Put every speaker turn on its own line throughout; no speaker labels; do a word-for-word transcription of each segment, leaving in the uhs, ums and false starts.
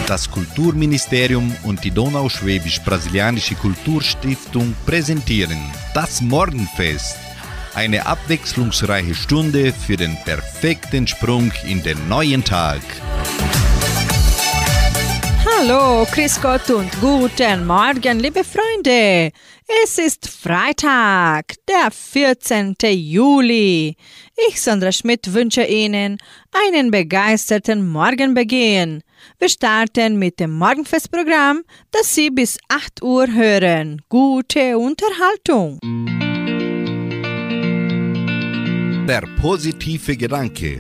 Das Kulturministerium und die Donauschwäbisch-Brasilianische Kulturstiftung präsentieren das Morgenfest. Eine abwechslungsreiche Stunde für den perfekten Sprung in den neuen Tag.
Hallo, grüß Gott und guten Morgen, liebe Freunde. Es ist Freitag, der vierzehnten Juli. Ich, Sandra Schmidt, wünsche Ihnen einen begeisterten Morgenbeginn. Wir starten mit dem Morgenfestprogramm, das Sie bis acht Uhr hören. Gute Unterhaltung.
Der positive Gedanke.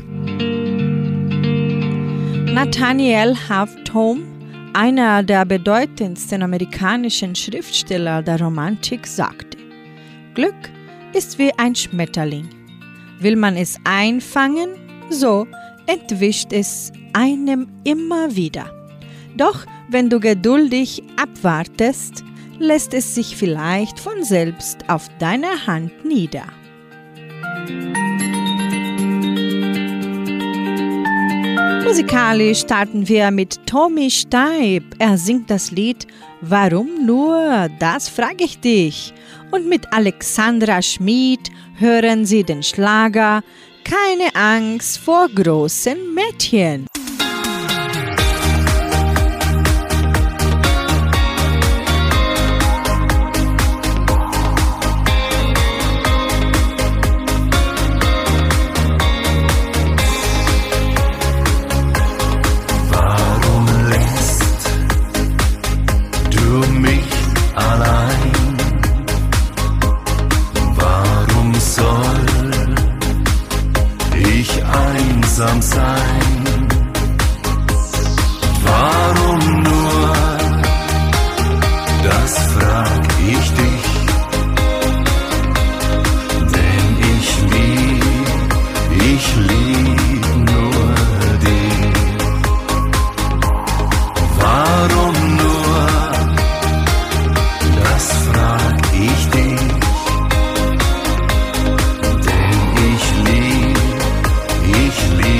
Nathaniel Hawthorne, einer der bedeutendsten amerikanischen Schriftsteller der Romantik, sagte: Glück ist wie ein Schmetterling. Will man es einfangen, so entwischt es einem immer wieder. Doch wenn du geduldig abwartest, lässt es sich vielleicht von selbst auf deiner Hand nieder. Musikalisch starten wir mit Tommy Steib. Er singt das Lied Warum nur? Das frage ich dich. Und mit Alexandra Schmid hören Sie den Schlager Keine Angst vor großen Mädchen.
Sein. Warum nur, das frag ich dich, denn ich lieb, ich lieb nur dich. Warum nur, das frag ich dich, denn ich lieb, ich lieb.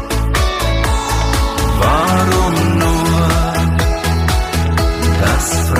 Das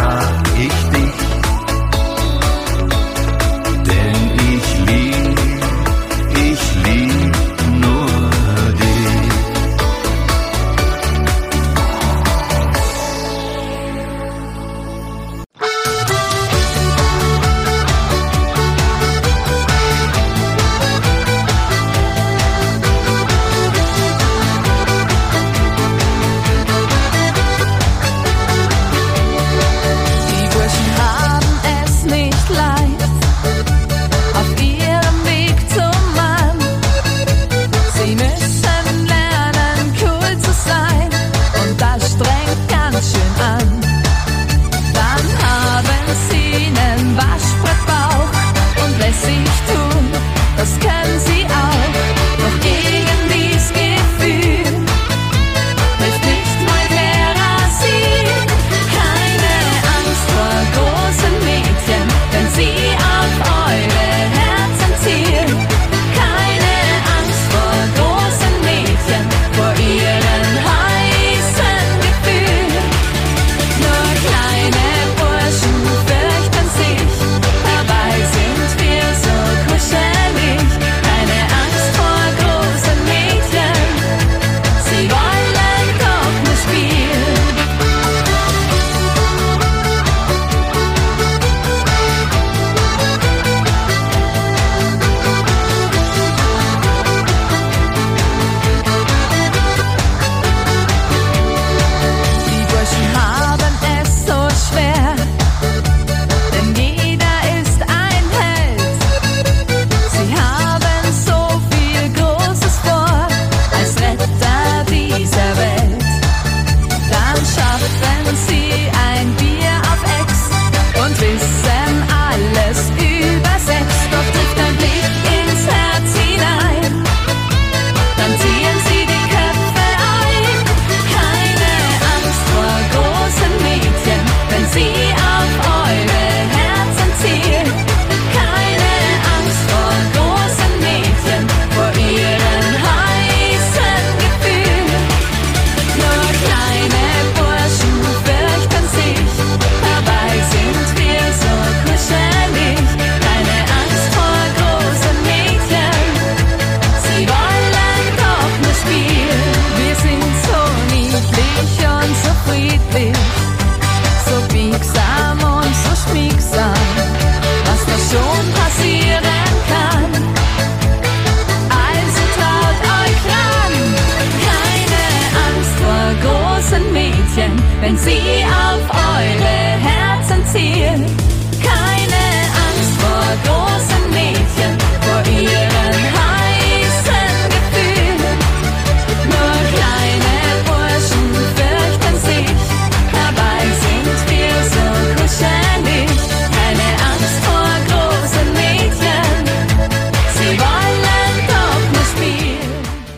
sie auf eure Herzen zielt. Keine Angst vor großen Mädchen, vor ihren heißen Gefühlen. Nur kleine Burschen fürchten sich, dabei sind wir so kuschelig. Keine Angst vor großen Mädchen, sie wollen doch nur spielen.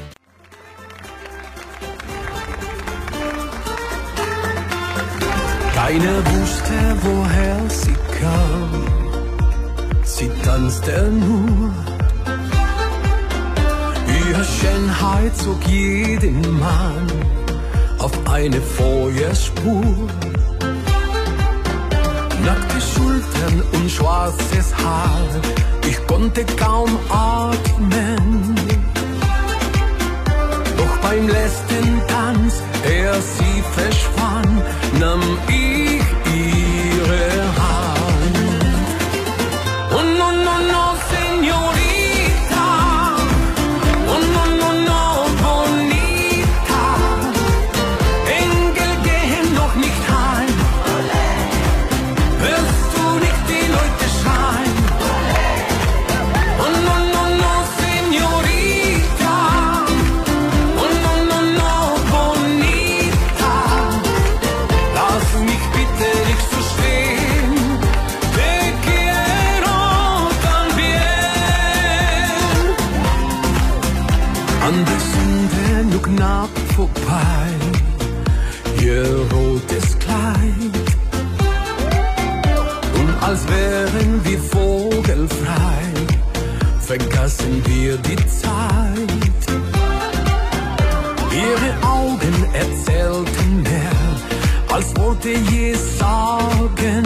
Keiner wusste, woher sie kam, sie tanzte nur. Ihre Schönheit zog jeden Mann auf eine Feuerspur. Nackte Schultern und schwarzes Haar, ich konnte kaum atmen. Doch beim letzten Tanz, er sie verschwand, nahm ich ihre Hand. Oh no, no, no, Señorita, oh no, no, no, Bonita, Engel gehen noch nicht heim, hörst du nicht die Leute schreien? Oh no, no, no, Señorita, oh no, no, no, Bonita, lass mich bitte nicht so stehen, te quiero también. An der Sünde nur knapp vorbei, ihr rotes Kleid, und als wären wir vogelfrei, vergassen wir die Zeit. Ihre Augen erzählten mehr, als wollte je sagen.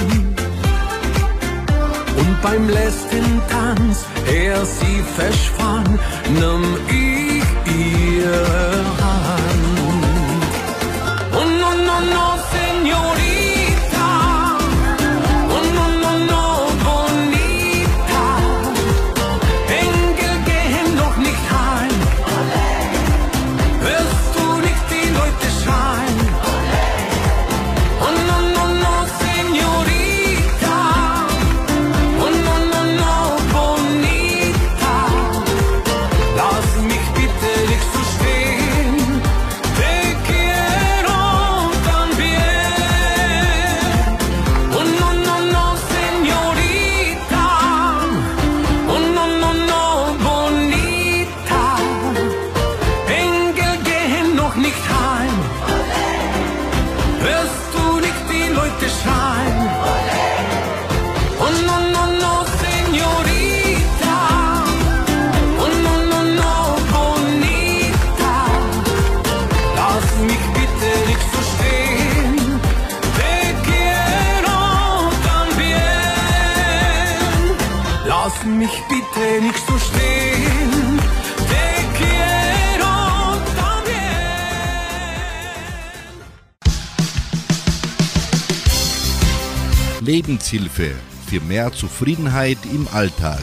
Und beim letzten Tanz, er sie verschwand, nahm ich ihre Hand. Oh no, no, no, Señorita, oh no, no, no, Bonita, Engel gehen noch nicht heim, hörst du nicht die Leute schreien? Oh no, no, no, Señorita, oh no, no, no, Bonita, lass mich bitte nicht so stehen, te quiero también. Oh no, no, no, Señorita, oh no, no, no, Bonita, Engel gehen noch nicht heim, hörst du nicht die Leute schreien? Oh no, no, no, Señorita, oh no, no, no, Bonita, lass mich bitte nicht so stehen, te quiero también. Lass mich bitte nicht so stehen, te quiero también.
Lebenshilfe für mehr Zufriedenheit im Alltag.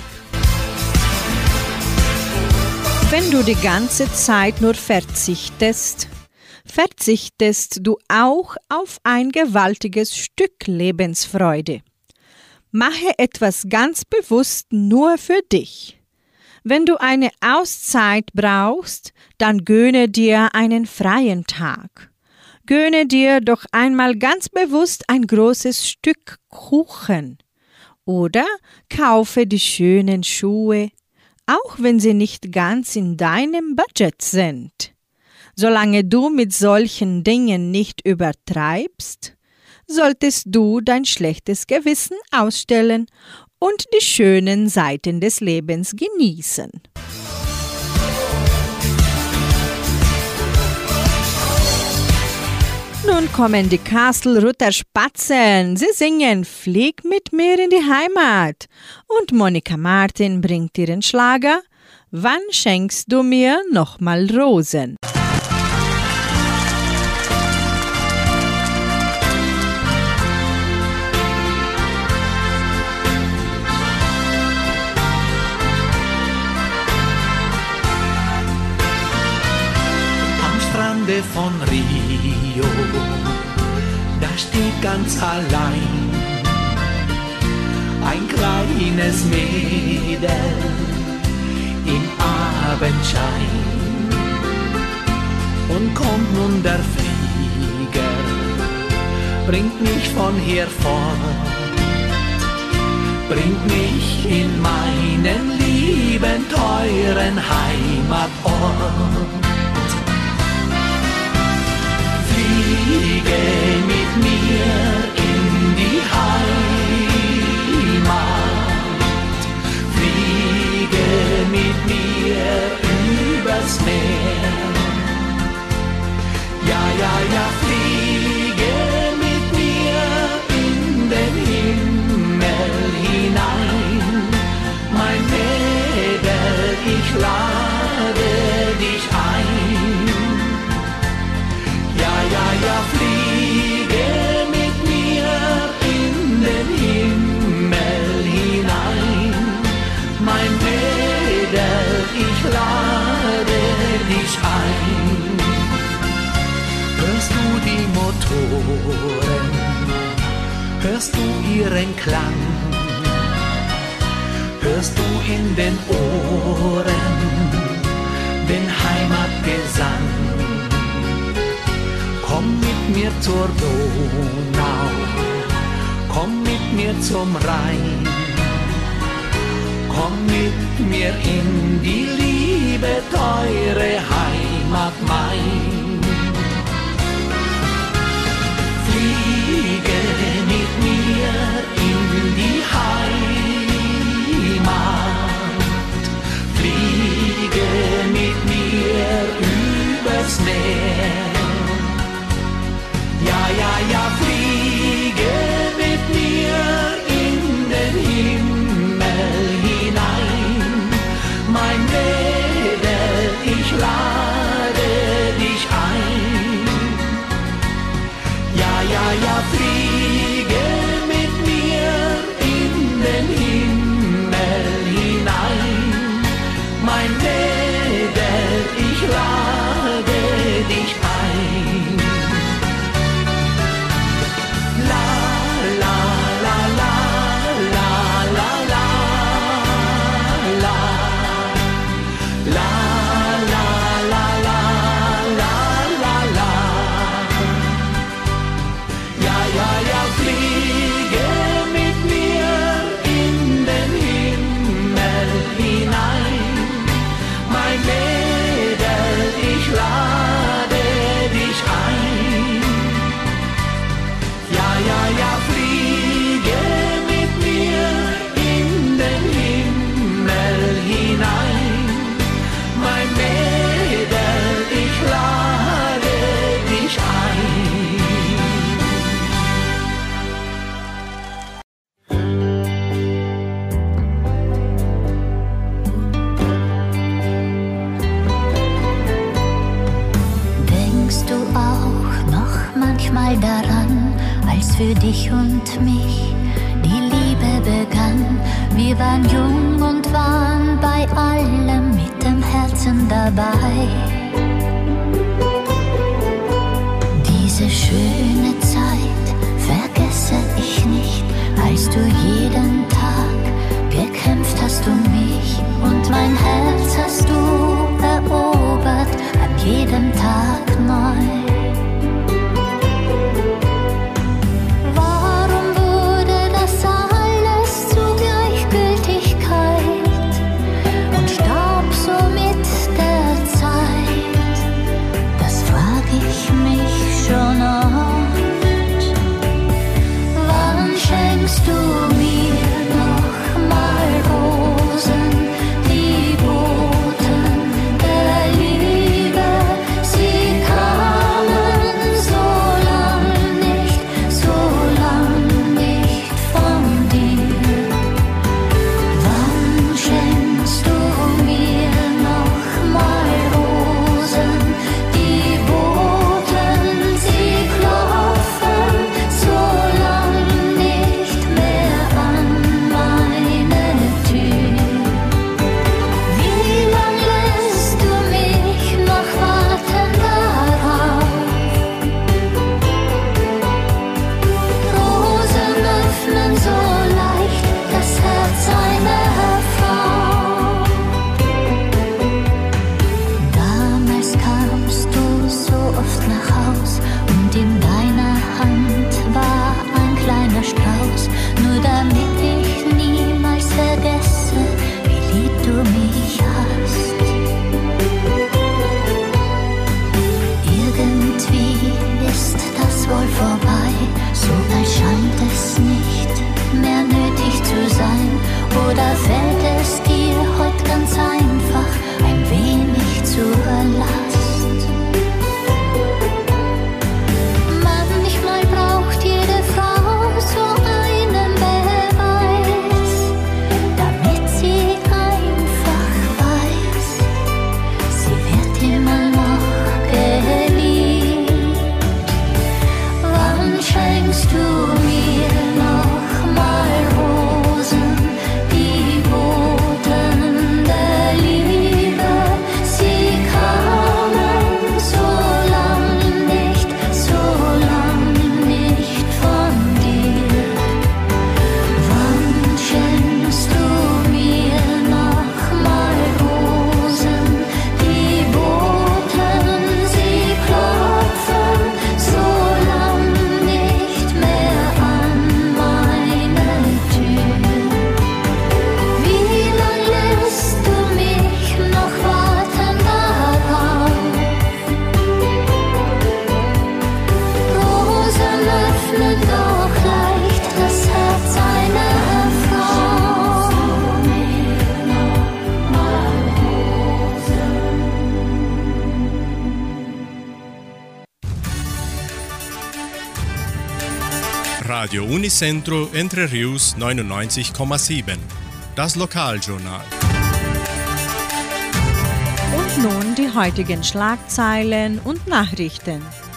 Wenn du die ganze Zeit nur verzichtest, verzichtest du auch auf ein gewaltiges Stück Lebensfreude. Mache etwas ganz bewusst nur für dich. Wenn du eine Auszeit brauchst, dann gönne dir einen freien Tag. Gönne dir doch einmal ganz bewusst ein großes Stück Kuchen. Oder kaufe die schönen Schuhe, auch wenn sie nicht ganz in deinem Budget sind. Solange du mit solchen Dingen nicht übertreibst, solltest du dein schlechtes Gewissen ausstellen und die schönen Seiten des Lebens genießen. Nun kommen die Kastelruther Spatzen. Sie singen Flieg mit mir in die Heimat. Und Monika Martin bringt ihren Schlager Wann schenkst du mir nochmal Rosen?
Am Strande von Rio
steht ganz allein ein kleines Mädel im Abendschein. Und kommt nun der Flieger, bringt mich von hier fort, bringt mich in meinen lieben, teuren Heimatort. Fliege mit mir in die Heimat, fliege mit mir übers Meer. Ja, ja, ja, fliege mit mir in den Himmel hinein, mein Mädel, ich lade dich ein. Ja, ja, ja, fliege mit mir in den Himmel hinein, mein Mädel, ich lade dich ein. Hörst du die Motoren, hörst du ihren Klang, hörst du in den Ohren den Heimatgesang. Komm mit mir zur Donau, komm mit mir zum Rhein, komm mit mir in die liebe, teure Heimat mein. Fliege mit mir in die Heimat, fliege mit mir übers Meer. Ja, ja, ja, fliege mit mir in den Himmel hinein, mein Mädel, ich lade dich ein. Ja, ja, ja, fliege mit mir in den Himmel hinein, mein Mädel, ich lade dich ein. La, la, la, la, la, la, la, la, la, la, la, la, la, la, la. Ja, ja, ja, fliege mit mir in den Himmel hinein, mein Mädel, ich lade dich ein. Ja, ja, ja, fliege mit mir in den Himmel hinein, mein Mädel, ich lade dich ein.
Denkst du auch noch manchmal daran, als für dich und mich die Liebe begann? Wir waren jung und waren bei allem mit dem Herzen dabei. Diese schöne Zeit vergesse ich nicht, als du jeden Tag gekämpft hast um mich und mein Herz hast du erobert an jedem Tag neu. Warum wurde das alles zu Gleichgültigkeit und starb so mit der Zeit? war ein kleiner Strauß, nur damit ich niemals vergesse, wie lieb du mich hast. Irgendwie ist das wohl vorbei, so als scheint es nicht mehr nötig zu sein. Oder fällt es dir heute ganz einfach ein wenig zur Last? Manchmal braucht jede Frau so einen Beweis, damit sie einfach weiß, sie wird immer noch geliebt. Wann schenkst du mir noch mal Rosen, die Boten der Liebe? Sie kamen so lang nicht, so lang nicht von dir. Wann schenkst du mir noch mal Rosen, die Boten, sie klopfen so lang nicht mehr an meine Tür. Wie lang lässt du mich noch warten darauf? Rosen öffnen doch leicht das Herz einer Frau.
Radio Unicentro Entre Rius neunundneunzig Komma sieben. Das Lokaljournal.
Und nun die heutigen Schlagzeilen und Nachrichten.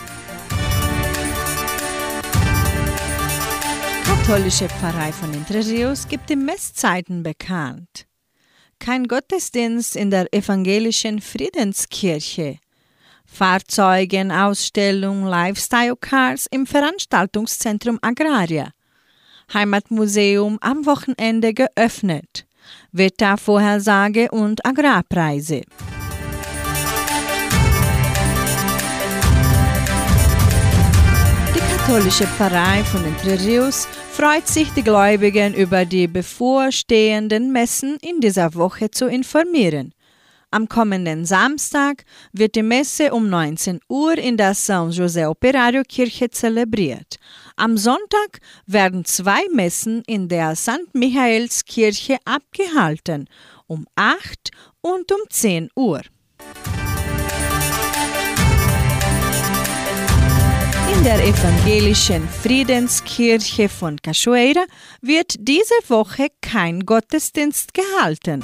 Katholische Pfarrei von Entre Rius gibt die Messzeiten bekannt. Kein Gottesdienst in der evangelischen Friedenskirche. Fahrzeugenausstellung Lifestyle Cars im Veranstaltungszentrum Agraria. Heimatmuseum am Wochenende geöffnet. Wettervorhersage und Agrarpreise. Die katholische Pfarrei von Entre Rius freut sich, die Gläubigen über die bevorstehenden Messen in dieser Woche zu informieren. Am kommenden Samstag wird die Messe um neunzehn Uhr in der San José Operario Kirche zelebriert. Am Sonntag werden zwei Messen in der Sankt Michaels Kirche abgehalten, um acht und um zehn Uhr. In der evangelischen Friedenskirche von Cachoeira wird diese Woche kein Gottesdienst gehalten.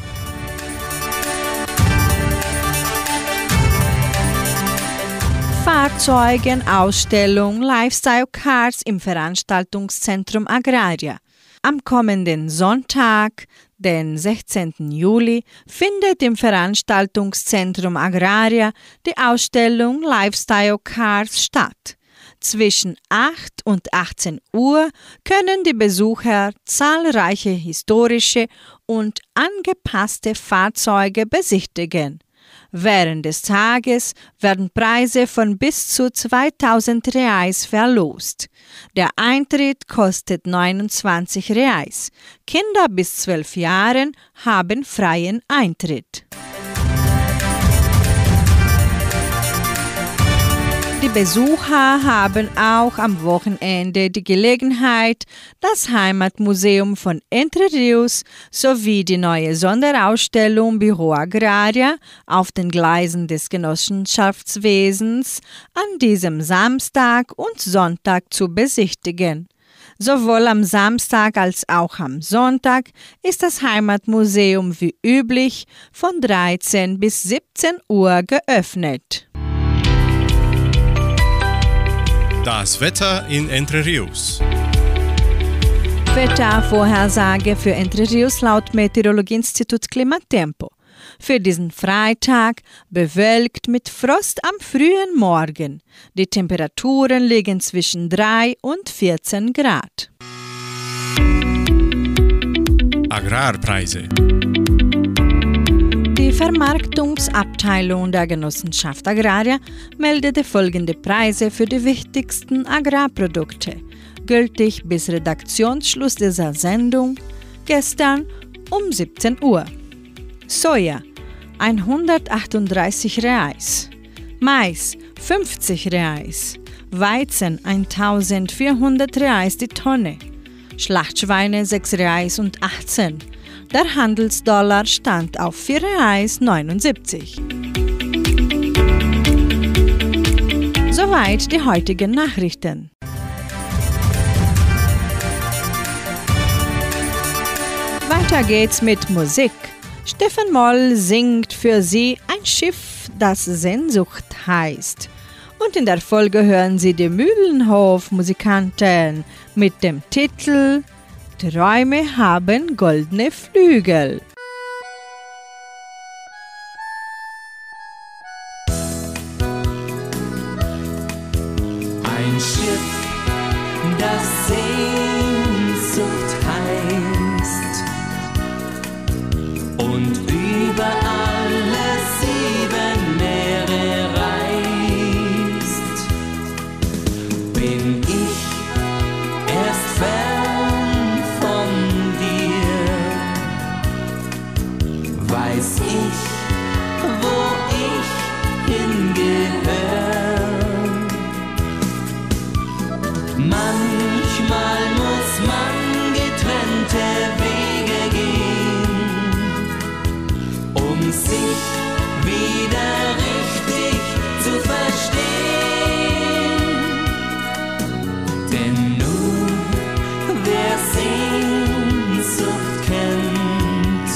Fahrzeugenausstellung Lifestyle Cars im Veranstaltungszentrum Agraria. Am kommenden Sonntag, den sechzehnten Juli, findet im Veranstaltungszentrum Agraria die Ausstellung Lifestyle Cars statt. Zwischen acht und achtzehn Uhr können die Besucher zahlreiche historische und angepasste Fahrzeuge besichtigen. Während des Tages werden Preise von bis zu zweitausend Reais verlost. Der Eintritt kostet neunundzwanzig Reais. Kinder bis zwölf Jahren haben freien Eintritt. Die Besucher haben auch am Wochenende die Gelegenheit, das Heimatmuseum von Entre Rius sowie die neue Sonderausstellung Büro Agraria auf den Gleisen des Genossenschaftswesens an diesem Samstag und Sonntag zu besichtigen. Sowohl am Samstag als auch am Sonntag ist das Heimatmuseum wie üblich von dreizehn bis siebzehn Uhr geöffnet.
Das Wetter in Entre Rius.
Wettervorhersage für Entre Rius laut Meteorologieinstitut Klimatempo. Für diesen Freitag bewölkt mit Frost am frühen Morgen. Die Temperaturen liegen zwischen drei und vierzehn Grad.
Agrarpreise.
Die Vermarktungsabteilung der Genossenschaft Agraria meldete folgende Preise für die wichtigsten Agrarprodukte. gültig bis Redaktionsschluss dieser Sendung gestern um siebzehn Uhr. Soja hundertachtunddreißig Reais, Mais fünfzig Reais, Weizen eintausendvierhundert Reais die Tonne, Schlachtschweine sechs Reais und achtzehn. Der Handelsdollar stand auf vier Reais neunundsiebzig. Soweit die heutigen Nachrichten. Weiter geht's mit Musik. Stefan Moll singt für Sie ein Schiff, das Sehnsucht heißt. Und in der Folge hören Sie die Mühlenhof-Musikanten mit dem Titel Träume haben goldene Flügel.
Ein Schiff, das Sehnsucht heißt und über alle sieben Meere reist, bin ich erst fern von dir, weiß ich, wo ich hingehöre. Manchmal muss man getrennte Wege gehen, um sich wieder richtig zu verstehen. Denn nur wer Sehnsucht kennt,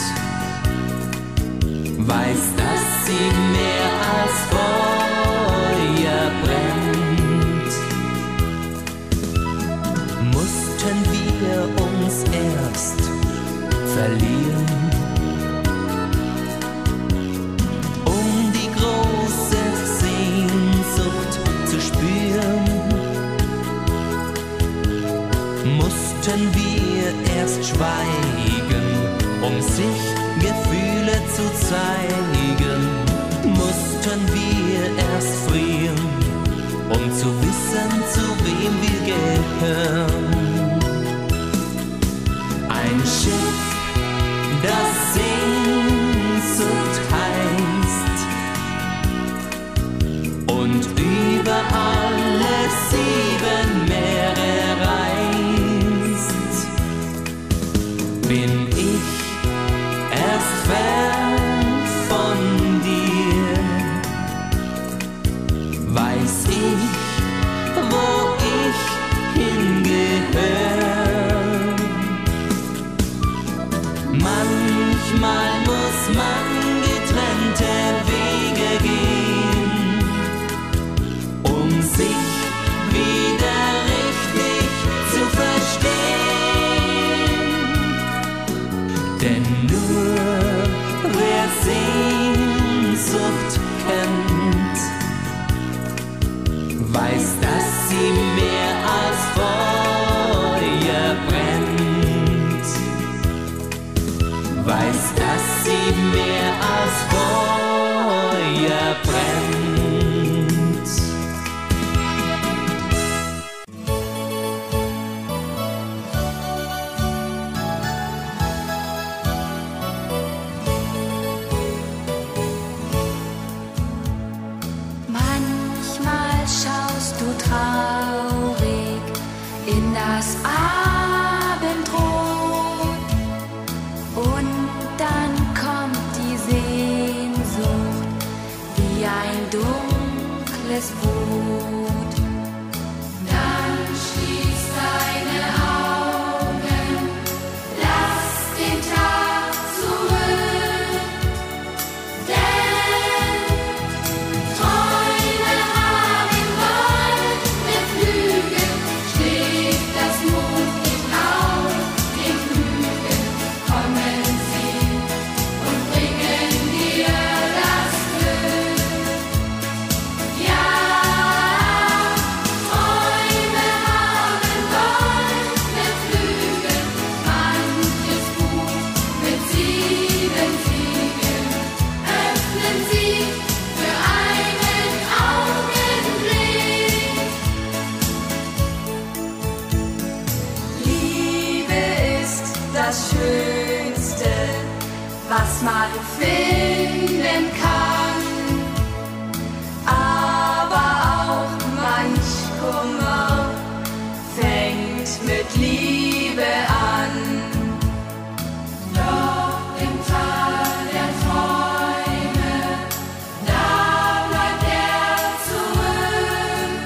weiß, dass sie mehr als Feuer brennt. Mussten wir uns erst verlieren, um die große Sehnsucht zu spüren? Mussten wir erst schweigen, um sich Gefühle zu zeigen? Mussten wir erst frieren, um zu wissen, zu wem wir gehören? Ein Schiff, das Sehnsucht heißt und über alle sieben Meere reist, bin ich erst fern von dir, weiß ich, wo ich hingehöre. Manchmal
das Schönste, was man finden kann. Aber auch manch Kummer fängt mit Liebe an. Doch im Tal der Träume, da bleibt er zurück.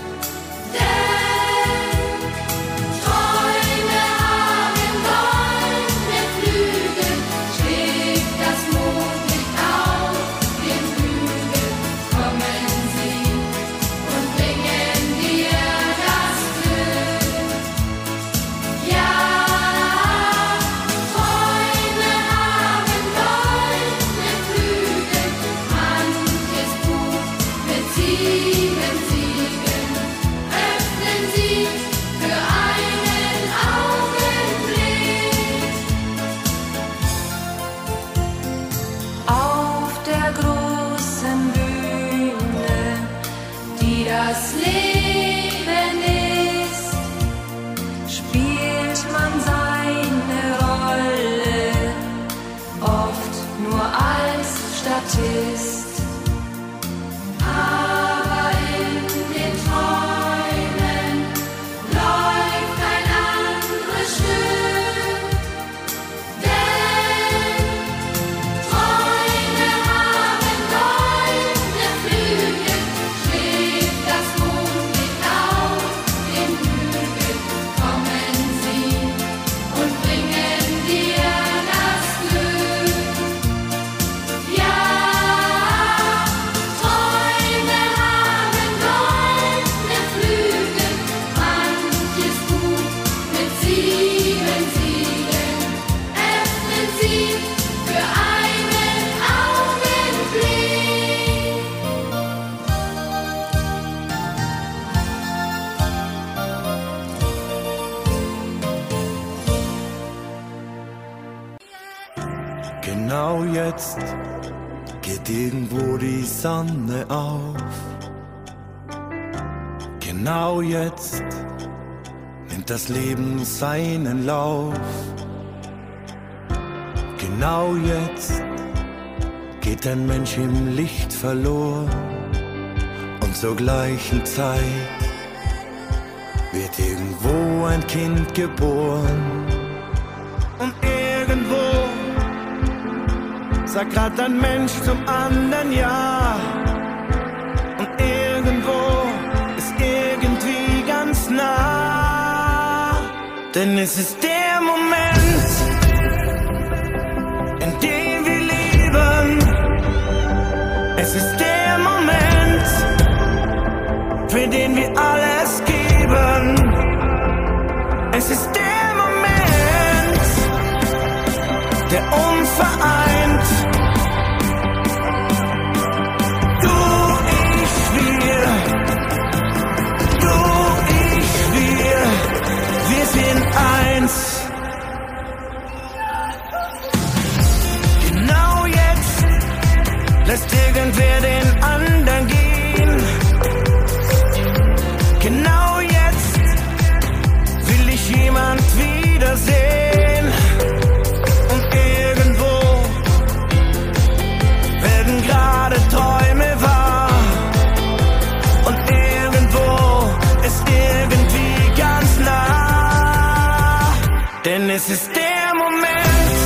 Denn Träume haben goldene Flügel, schlägt das Mondlicht auf den Hügel. Kommen sie und bringen dir das Glück. Ja, Träume haben goldene Flügel, manches Buch mit sieben Siegeln öffnen sie für einen Augenblick. Auf der großen Bühne, die das Leben ist, spielt man seine Rolle oft nur als Statist. Aber in den Träumen läuft ein anderes Stück. Denn Träume haben goldene Flügel, schlägt das Mondlicht auf den Hügel. Kommen sie und bringen dir das Glück. Ja, Träume haben goldene Flügel, manches Buch mit sieben Siegeln öffnen sie für einen Augenblick.
Genau jetzt geht irgendwo die Sonne auf. Genau jetzt nimmt das Leben seinen Lauf. Genau jetzt geht ein Mensch im Licht verloren. Und zur gleichen Zeit wird irgendwo ein Kind geboren. Und irgendwo sagt grad ein Mensch zum anderen Ja. Und irgendwo ist irgendwie ganz nah. Denn es ist der Moment, in dem wir leben. Es ist der Moment, für den wir alles geben. Es ist der Moment, der uns vereint. Du, ich, wir. Du, ich, wir. Wir sind eins. Genau jetzt lässt irgendwer den anderen gehen. Genau jetzt will ich jemand wiedersehen. Und irgendwo werden gerade Träume wahr. Und irgendwo ist irgendwie ganz nah. Denn es ist der Moment,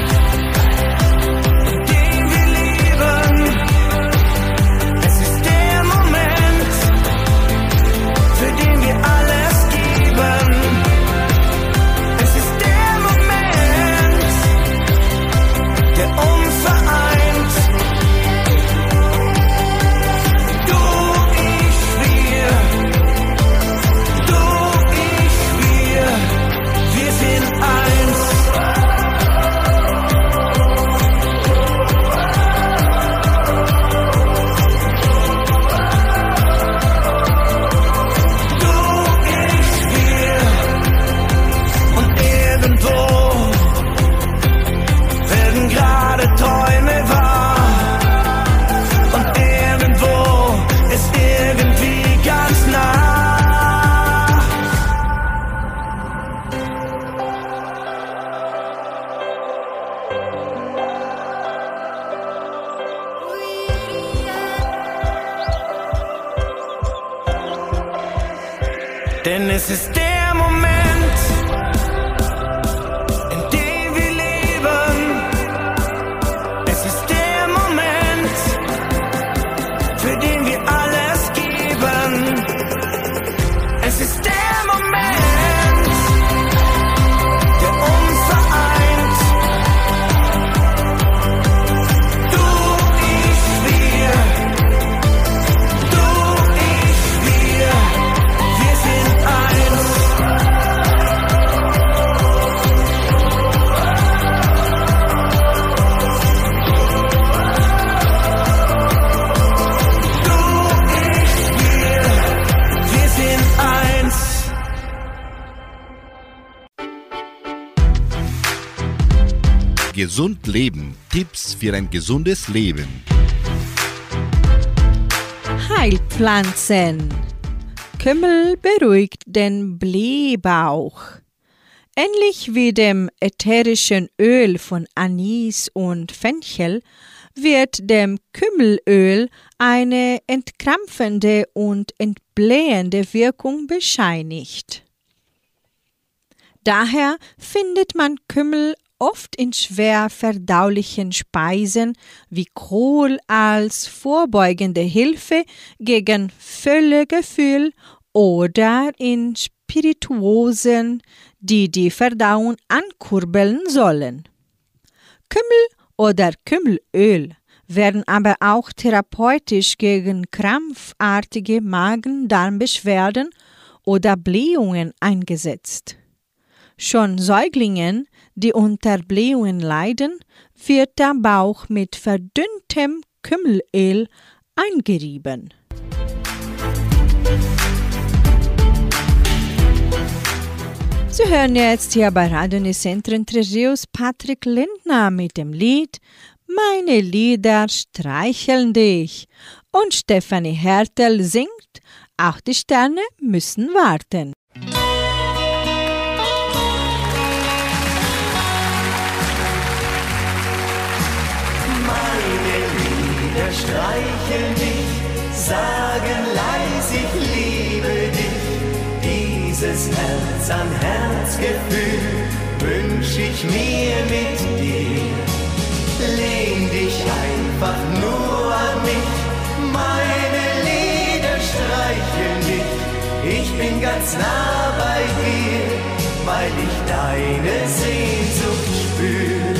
in dem wir leben. Es ist der Moment, für den wir alles geben. Es ist der Moment, der uns vereint. Du, ich, wir. Du, ich, wir. Wir sind eins. denn es ist der Moment, in dem wir leben. Es ist der Moment, für den wir alles geben. Es ist der Moment, der uns vereint. Du, ich, wir. Du, ich, wir. Wir sind eins. Du, ich, wir. Wir sind eins.
Gesund leben. Tipps für ein gesundes Leben.
Heilpflanzen. Kümmel beruhigt den Blähbauch. Ähnlich wie dem ätherischen Öl von Anis und Fenchel wird dem Kümmelöl eine entkrampfende und entblähende Wirkung bescheinigt. Daher findet man Kümmel oft in schwer verdaulichen Speisen wie Kohl als vorbeugende Hilfe gegen Völlegefühl oder in Spirituosen, die die Verdauung ankurbeln sollen. Kümmel oder Kümmelöl werden aber auch therapeutisch gegen krampfartige Magen-Darm-Beschwerden oder Blähungen eingesetzt. Schon Säuglingen, die unter Blähungen leiden, wird der Bauch mit verdünntem Kümmelöl eingerieben. Sie hören jetzt hier bei Radio Nicentro Entre Rios Patrick Lindner mit dem Lied Meine Lieder streicheln dich. Und Stefanie Hertel singt Auch die Sterne müssen warten.
Streicheln dich, sagen leis, ich liebe dich. Dieses Herz an Herzgefühl wünsch ich mir mit dir. Lehn dich einfach nur an mich, meine Lieder streicheln dich. Ich bin ganz nah bei dir, weil ich deine Sehnsucht spür.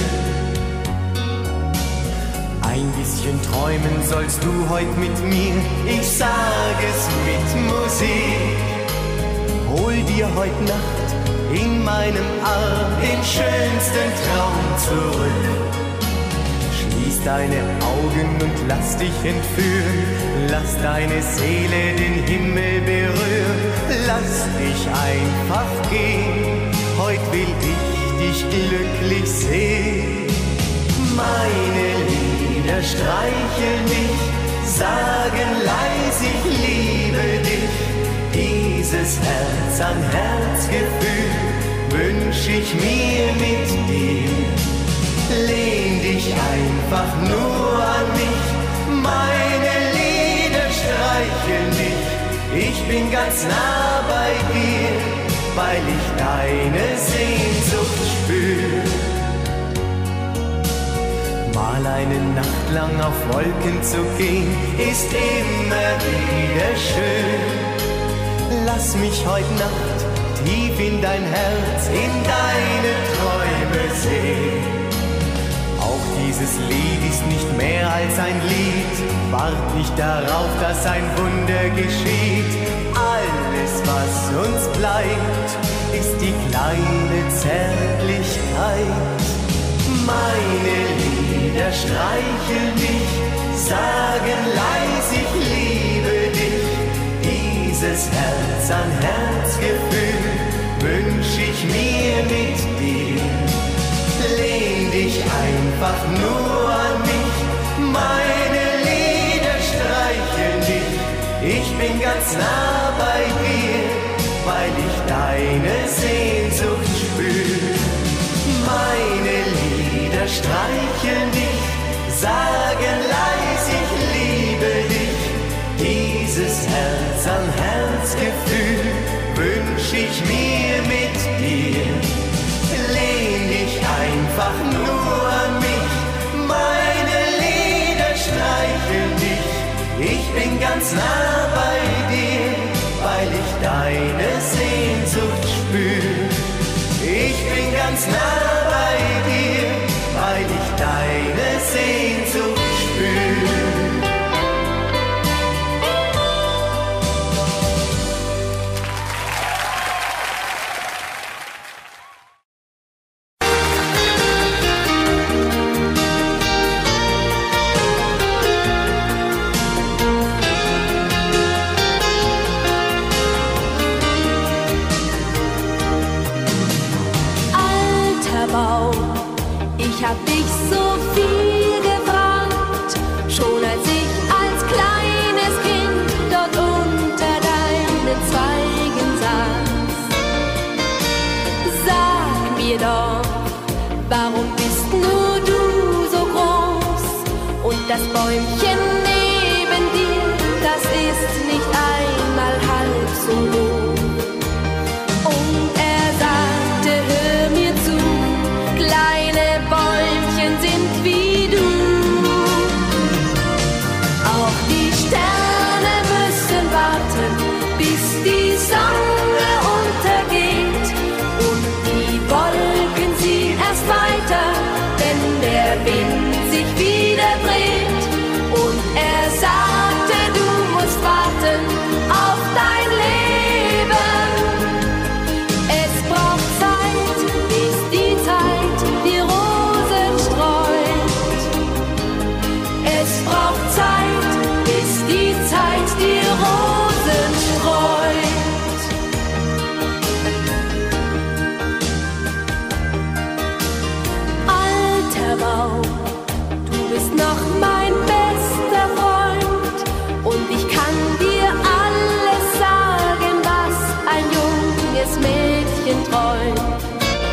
Ein bisschen träumen sollst du heut mit mir, ich sag es mit Musik. Hol dir heut Nacht in meinem Arm den schönsten Traum zurück. Schließ deine Augen und lass dich entführen, lass deine Seele den Himmel berühren. Lass dich einfach gehen, heut will ich dich glücklich sehen. Meine Lieder streicheln dich, sagen leis, ich liebe dich. Dieses Herz an Herzgefühl wünsch ich mir mit dir. Lehn dich einfach nur an mich, meine Lieder streicheln dich. Ich bin ganz nah bei dir, weil ich deine Sehnsucht spür. Mal eine Nacht lang auf Wolken zu gehen, ist immer wieder schön. Lass mich heut Nacht tief in dein Herz, in deine Träume sehen. Auch dieses Lied ist nicht mehr als ein Lied, wart nicht darauf, dass ein Wunder geschieht. Alles, was uns bleibt, ist die kleine Zärtlichkeit. Meine Lieder streicheln dich, sagen leis, ich liebe dich. Dieses Herz an Herzgefühl wünsch ich mir mit dir. Lehn dich einfach nur an mich, meine Lieder streicheln dich. Ich bin ganz nah bei dir, weil ich deine Sehnsucht spür. Meine Lieder streicheln dich, sagen leis, ich liebe dich. Dieses Herz an Herzgefühl wünsch ganz nah bei dir, weil ich deine Sehnsucht spür.
Ich hab dich so viel gefragt, schon als ich als kleines Kind dort unter deinen Zweigen saß. Sag mir doch, warum bist nur du so groß und das Bäumchen neben dir, das ist nicht einmal halb so hoch. Und er sagte, hör mir zu, kleine Bäumchen sind wie du. Auch die Sterne müssen warten, bis die Sonne untergeht. Und die Wolken ziehen erst weiter, wenn der Wind sich wieder dreht. Und er sagte, du musst warten auf dein Leben. Es braucht Zeit, bis die Zeit die Rosen streut. Es braucht Zeit, bis die Zeit die Rosen streut. Alter Baum, du bist noch mein bester Freund und ich kann dir alles sagen, was ein junges Mädchen träumt.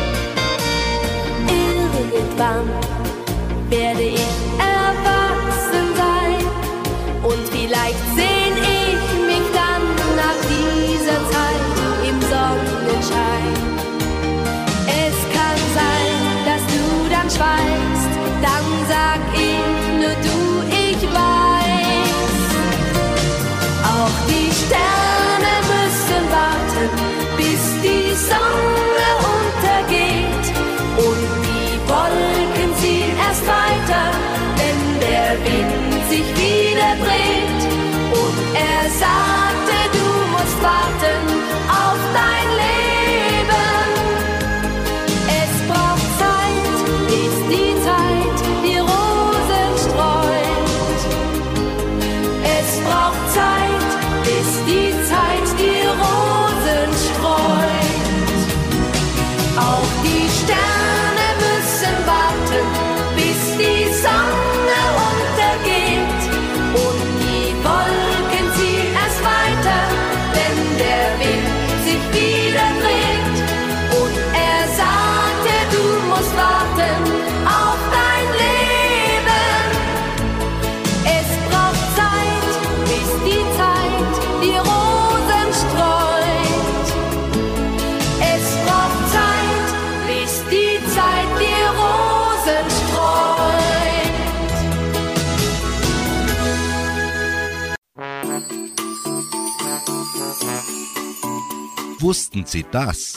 Irgendwann werde ich erwachsen sein und vielleicht sehn ich mich dann nach dieser Zeit im Sonnenschein. Es kann sein, dass du dann schweigst, dann sag ich nur du, ich weiß. Auch die Sterne müssen warten, bis die Sonne untergeht. Und die Wolken ziehen erst weiter, wenn der Wind sich wieder dreht. Und er sagte, du musst warten auf dein Leben. Es braucht Zeit, bis die Zeit die Rosen streut. Es braucht Zeit, bis die Zeit die Rosen streut. Auch die Sterne müssen warten, bis die Sonne untergeht. Und die Wolken ziehen erst weiter, wenn der Wind sich wieder dreht. Und er sagte, du musst warten auf dein Leben. Es braucht Zeit, bis die Zeit die Rosen streut. Es braucht Zeit, bis die Zeit die Rosen streut.
Wussten Sie das?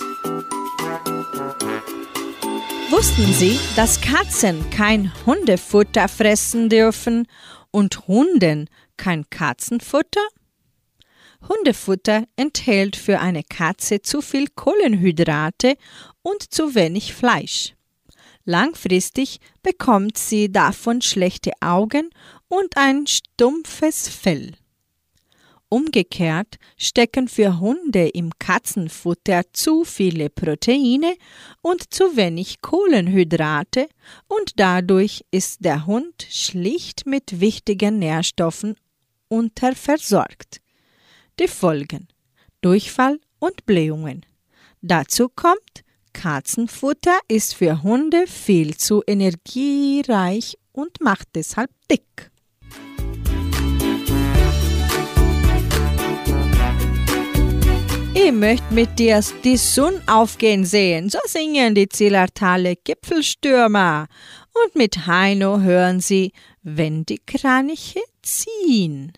Wussten Sie, dass Katzen kein Hundefutter fressen dürfen und Hunden kein Katzenfutter? Hundefutter enthält für eine Katze zu viel Kohlenhydrate und zu wenig Fleisch. Langfristig bekommt sie davon schlechte Augen und ein stumpfes Fell. Umgekehrt stecken für Hunde im Katzenfutter zu viele Proteine und zu wenig Kohlenhydrate und dadurch ist der Hund schlicht mit wichtigen Nährstoffen unterversorgt. Die Folgen: Durchfall und Blähungen. Dazu kommt, Katzenfutter ist für Hunde viel zu energiereich und macht deshalb dick. Ich möchte mit dir die Sonne aufgehen sehen, so singen die Zillertaler Gipfelstürmer. Und mit Heino hören sie, wenn die Kraniche ziehen.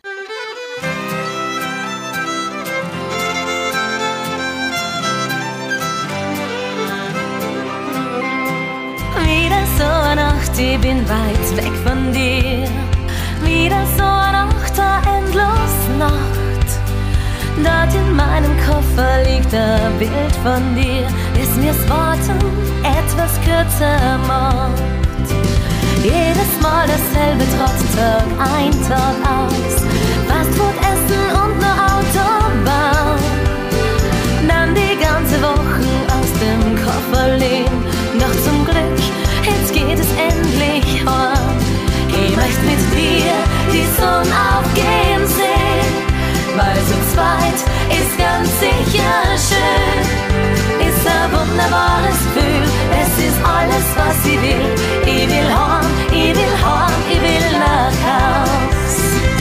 ich bin weit weg von dir. Wieder so nach der endlosen Nacht. Dort in meinem Koffer liegt ein Bild von dir, ist mir's Warten etwas kürzer macht. Jedes Mal dasselbe, trotz Tag ein, Tag aus. Fastfood essen und nur Autobahn. Dann die ganze Woche aus dem Koffer lehnen. Doch zum Glück, jetzt geht es endlich heim. Ich möchte mit dir die Sonne aufgehen sehen, weil zu zweit ist ganz sicher schön. Ist ein wunderbares Gefühl, es ist alles, was ich will. Ich will heim, ich will heim, ich will nach Haus.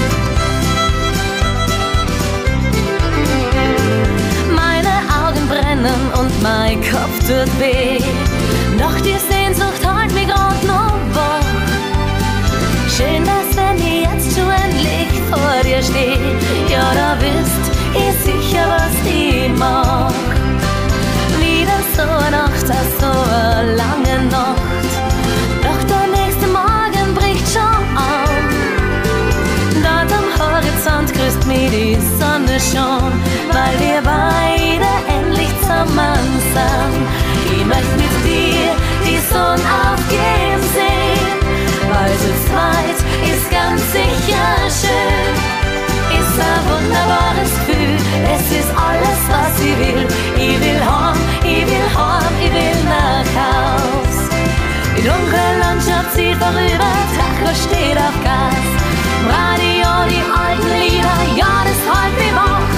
Meine Augen brennen und mein Kopf tut weh. Doch die Sehnsucht hält mich grad noch wach. Schön, dass wenn ich jetzt schon endlich vor dir steh, ja, da wisst ihr sicher, was ich mag. Wieder so eine Nacht, so eine lange Nacht. Doch der nächste Morgen bricht schon an. Dort am Horizont grüßt mich die Sonne schon, weil wir beide endlich zusammen sind. Ich möchte mit dir die Sonne aufgehen sehen, weil zu zweit ist ganz sicher schön. Ist ein wunderbares Gefühl, es ist alles, was ich will. Ich will heim, ich will heim, ich will nach Haus. Die dunkle Landschaft zieht vorüber, Tacho steht auf Gas. Im Radio die alten Lieder, ja, das hält mich wach.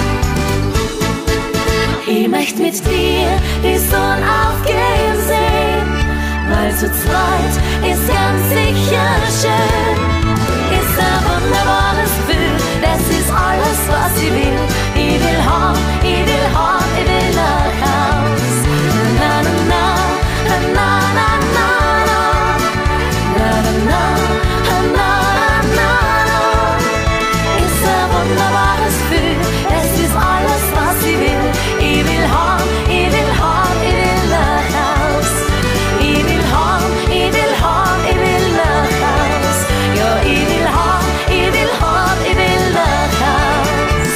Ich möchte mit dir die Sonne aufgehen sehen, weil zu zweit ist ganz sicher schön. Ist ein wunderbares Gefühl, das ist alles, was ich will. Ich will heim, ich will heim, ich will nach Haus. Na na na, na na na na, na na na, na na na. Ist ein wunderbares Gefühl, das ist alles, was ich will. Ich will heim, ich will heim, ich will nach Haus. Ich will heim, ich will heim, ich will nach Haus. Ja, ich will heim, ich will heim, ich will nach Haus.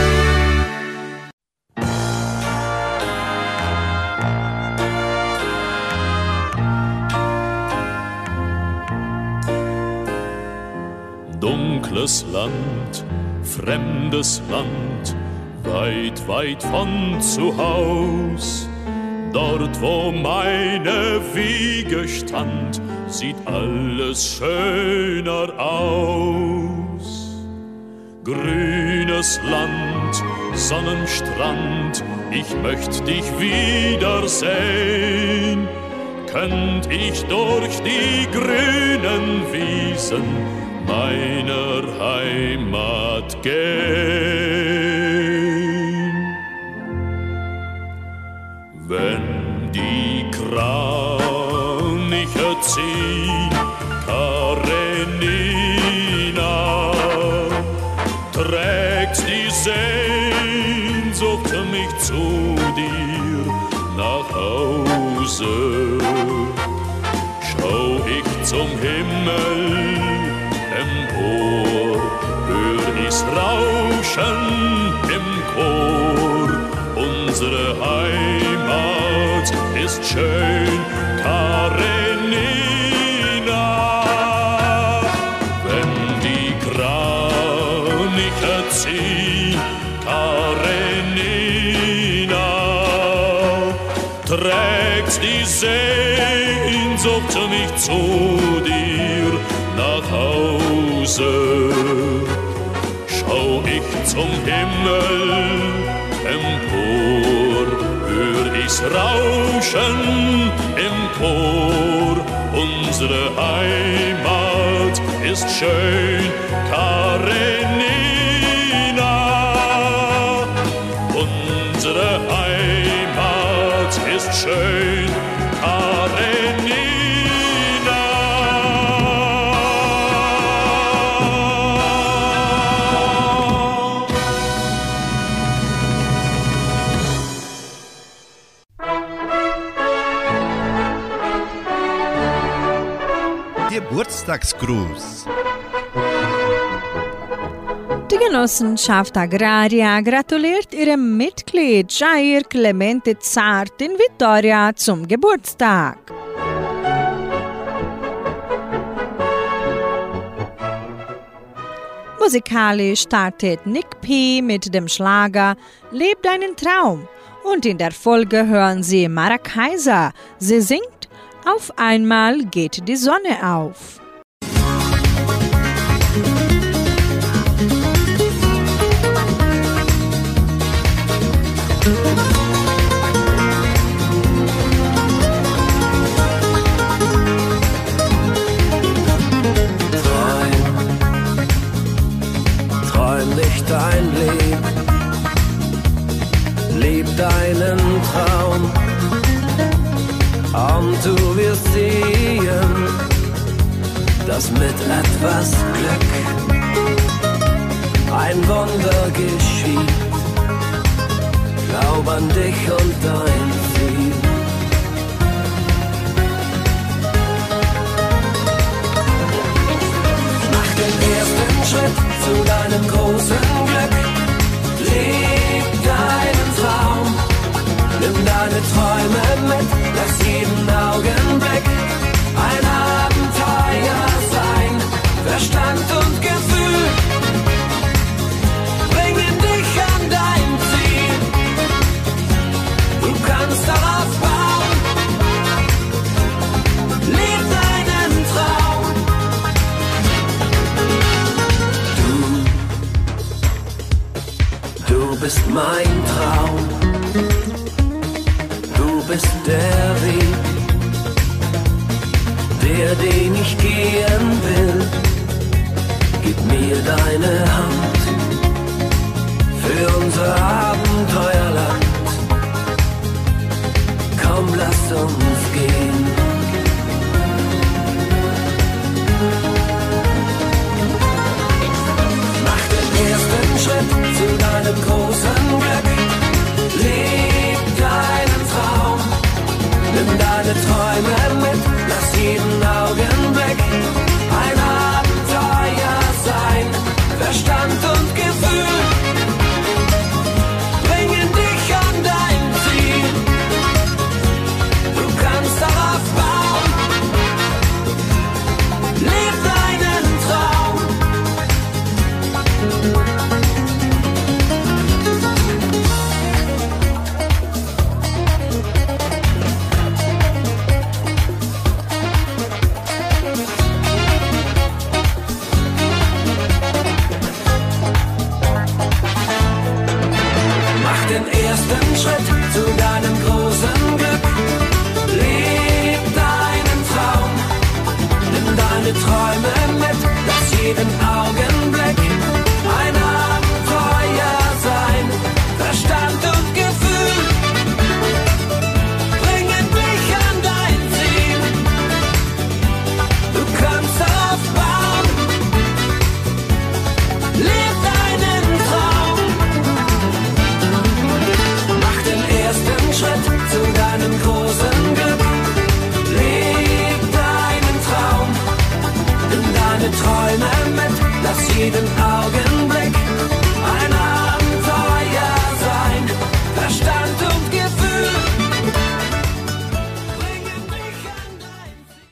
Dunkles Land, fremdes Land, weit, weit von zu Haus. Dort, wo meine Wiege stand, sieht alles schöner aus. Grünes Land, Sonnenstrand, ich möcht dich wiedersehen. Könnt ich durch die grünen Wiesen meiner Heimat gehen. Wenn die Kraniche ziehen, Karenina, trägt die Sehnsucht mich zu dir nach Hause. Schau ich zum Himmel empor, hör ich's rauschen im Chor. Unsere Heimat ist schön, Karenina. Wenn die Kraniche ziehen, Karenina, trägt die Sehnsucht mich zu dir nach Hause. Schau ich zum Himmel empor, hör ich's rauschen im Chor. Unsere Heimat ist schön, Karenina. Unsere Heimat ist schön, Karenina.
Geburtstagsgruß.
Die Genossenschaft Agraria gratuliert ihrem Mitglied Jair Clemente Zart in Vitoria zum Geburtstag. Musikalisch startet Nick P. mit dem Schlager Leb deinen Traum und in der Folge hören Sie Mara Kaiser. Sie singt Auf einmal geht die Sonne auf.
Dein Leben, leb deinen Traum und du wirst sehen, dass mit etwas Glück ein Wunder geschieht. Glaub an dich und dein Ziel. Mach den ersten Schritt zu deinem großen Glück. Leb deinen Traum, nimm deine Träume mit, lass jeden Augenblick ein Abenteuer sein. Verstand und Gefühl bringen dich an dein Ziel. Du kannst darauf bauen, leb deinen Traum. Du bist mein Traum, du bist der Weg, der, den ich gehen will. Gib mir deine Hand für unser Abenteuerland. Komm, lass uns gehen. Mach den ersten Schritt zu deinem großen Glück. Leb deinen Traum, nimm deine Träume mit, lass jeden Augenblick ein Abenteuer sein. Verstand und Gefühl bringen dich an dein Ziel. Du kannst darauf bauen, leb deinen Traum. Den ersten Schritt zu deinem großen Glück. Leb deinen Traum, nimm deine Träume mit, lass jeden Augenblick ein Abenteuer sein. Verstand und Gefühl bringen dich an dein Ziel. Du kannst darauf bauen, leb deinen Traum. Schritt zu deinem großen Glück. Leb deinen Traum, nimm deine Träume mit, lass jeden Augenblick ein Abenteuer sein. Verstand und Gefühl bringen dich an dein Ziel.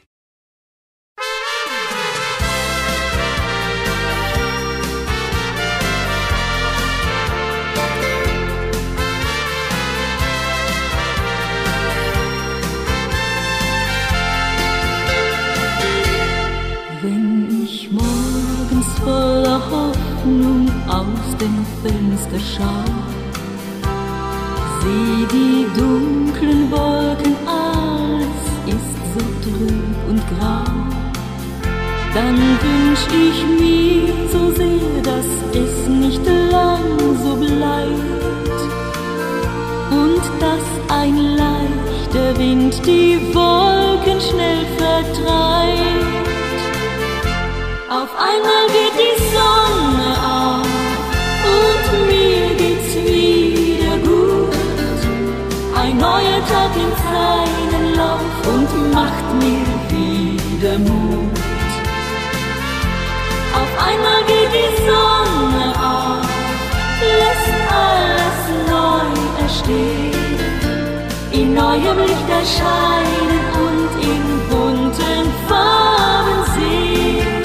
Voller Hoffnung aus dem Fenster schau, sieh die dunklen Wolken, alles ist so trüb und grau. Dann wünsch ich mir so sehr, dass es nicht lang so bleibt und dass ein leichter Wind die Wolken schnell vertreibt. Auf einmal geht die Sonne auf und mir geht's wieder gut. Ein neuer Tag nimmt seinen Lauf und macht mir wieder Mut. einmal geht die Sonne auf, lässt alles neu erstehen, in neuem Licht erscheinen und in bunten Farben sehen.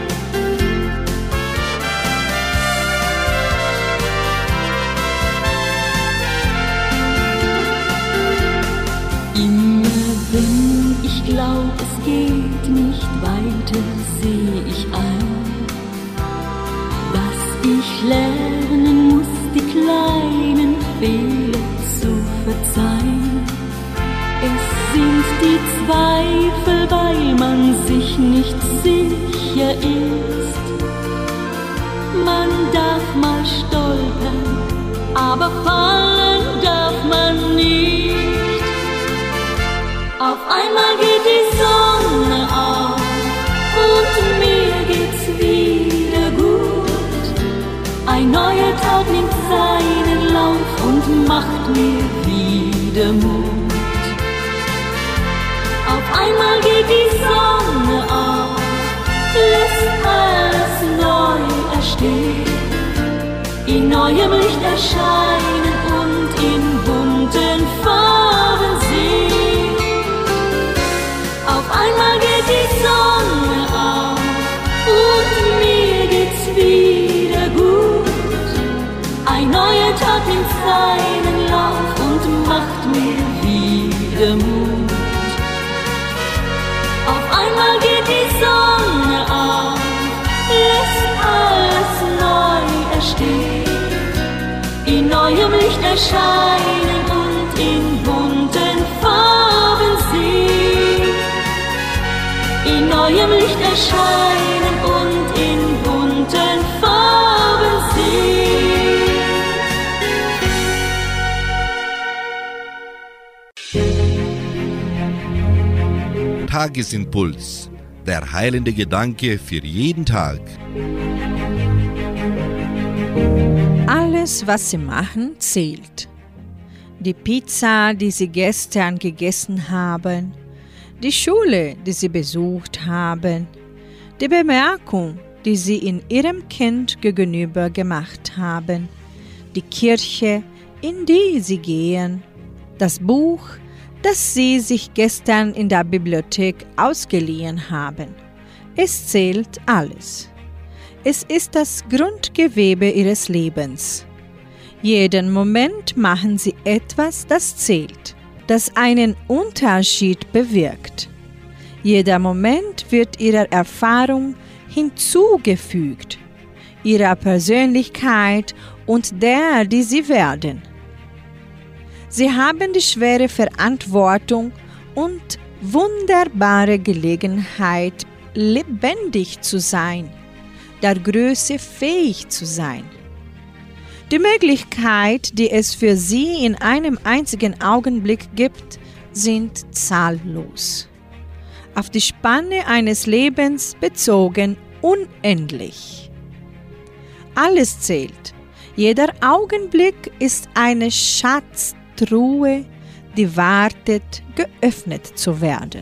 Immer wenn ich glaub, es geht nicht weiter, seh ich ein, dass ich lernen muss, die kleinen Fehler zu verzeihen. Es sind die Zweifel, weil man sich nicht sicher ist. Man darf mal stolpern, aber fallen darf man nicht. Auf einmal geht die Sonne auf und mir geht's wieder gut. Ein neuer Tag nimmt seinen Lauf und macht mir wieder Mut. Auf einmal geht die Sonne auf, lässt alles neu erstehen, in neuem Licht erscheinen und in bunten Farben sehen. Auf einmal geht die Sonne auf und mir geht's wieder gut. Ein neuer Tag nimmt seinen Lauf und macht mir wieder Mut. Auf einmal geht die Sonne auf, lässt alles neu erstehen, in neuem Licht erscheinen und in bunten Farben sehen. In neuem Licht erscheinen und in bunten Farben sehen.
Tagesimpuls, der heilende Gedanke für jeden Tag.
Alles, was Sie machen, zählt. Die Pizza, die Sie gestern gegessen haben, die Schule, die Sie besucht haben, die Bemerkung, die Sie in Ihrem Kind gegenüber gemacht haben, die Kirche, in die Sie gehen, das Buch, das Sie sich gestern in der Bibliothek ausgeliehen haben. Es zählt alles. Es ist das Grundgewebe Ihres Lebens. Jeden Moment machen Sie etwas, das zählt, das einen Unterschied bewirkt. Jeder Moment wird Ihrer Erfahrung hinzugefügt, Ihrer Persönlichkeit und der, die Sie werden. Sie haben die schwere Verantwortung und wunderbare Gelegenheit, lebendig zu sein, der Größe fähig zu sein. Die Möglichkeit, die es für Sie in einem einzigen Augenblick gibt, sind zahllos. Auf die Spanne eines Lebens bezogen unendlich. Alles zählt. Jeder Augenblick ist eine Schatztruhe, die wartet, geöffnet zu werden.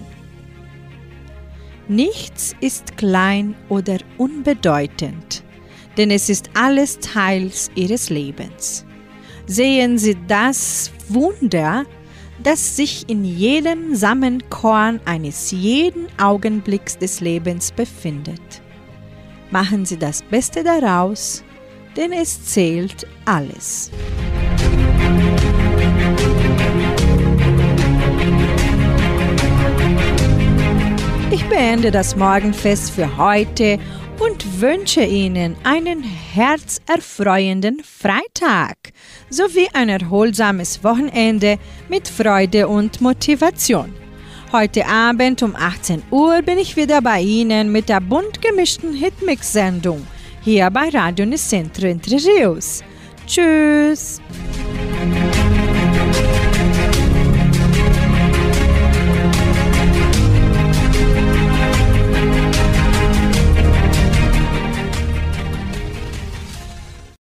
Nichts ist klein oder unbedeutend, denn es ist alles Teil Ihres Lebens. Sehen Sie das Wunder, das sich in jedem Samenkorn eines jeden Augenblicks des Lebens befindet. Machen Sie das Beste daraus, denn es zählt alles. Ich beende das Morgenfest für heute und wünsche Ihnen einen herzerfreuenden Freitag sowie ein erholsames Wochenende mit Freude und Motivation. Heute Abend um achtzehn Uhr bin ich wieder bei Ihnen mit der bunt gemischten Hitmix-Sendung hier bei Radio Nicentro Entre Rios. Tschüss!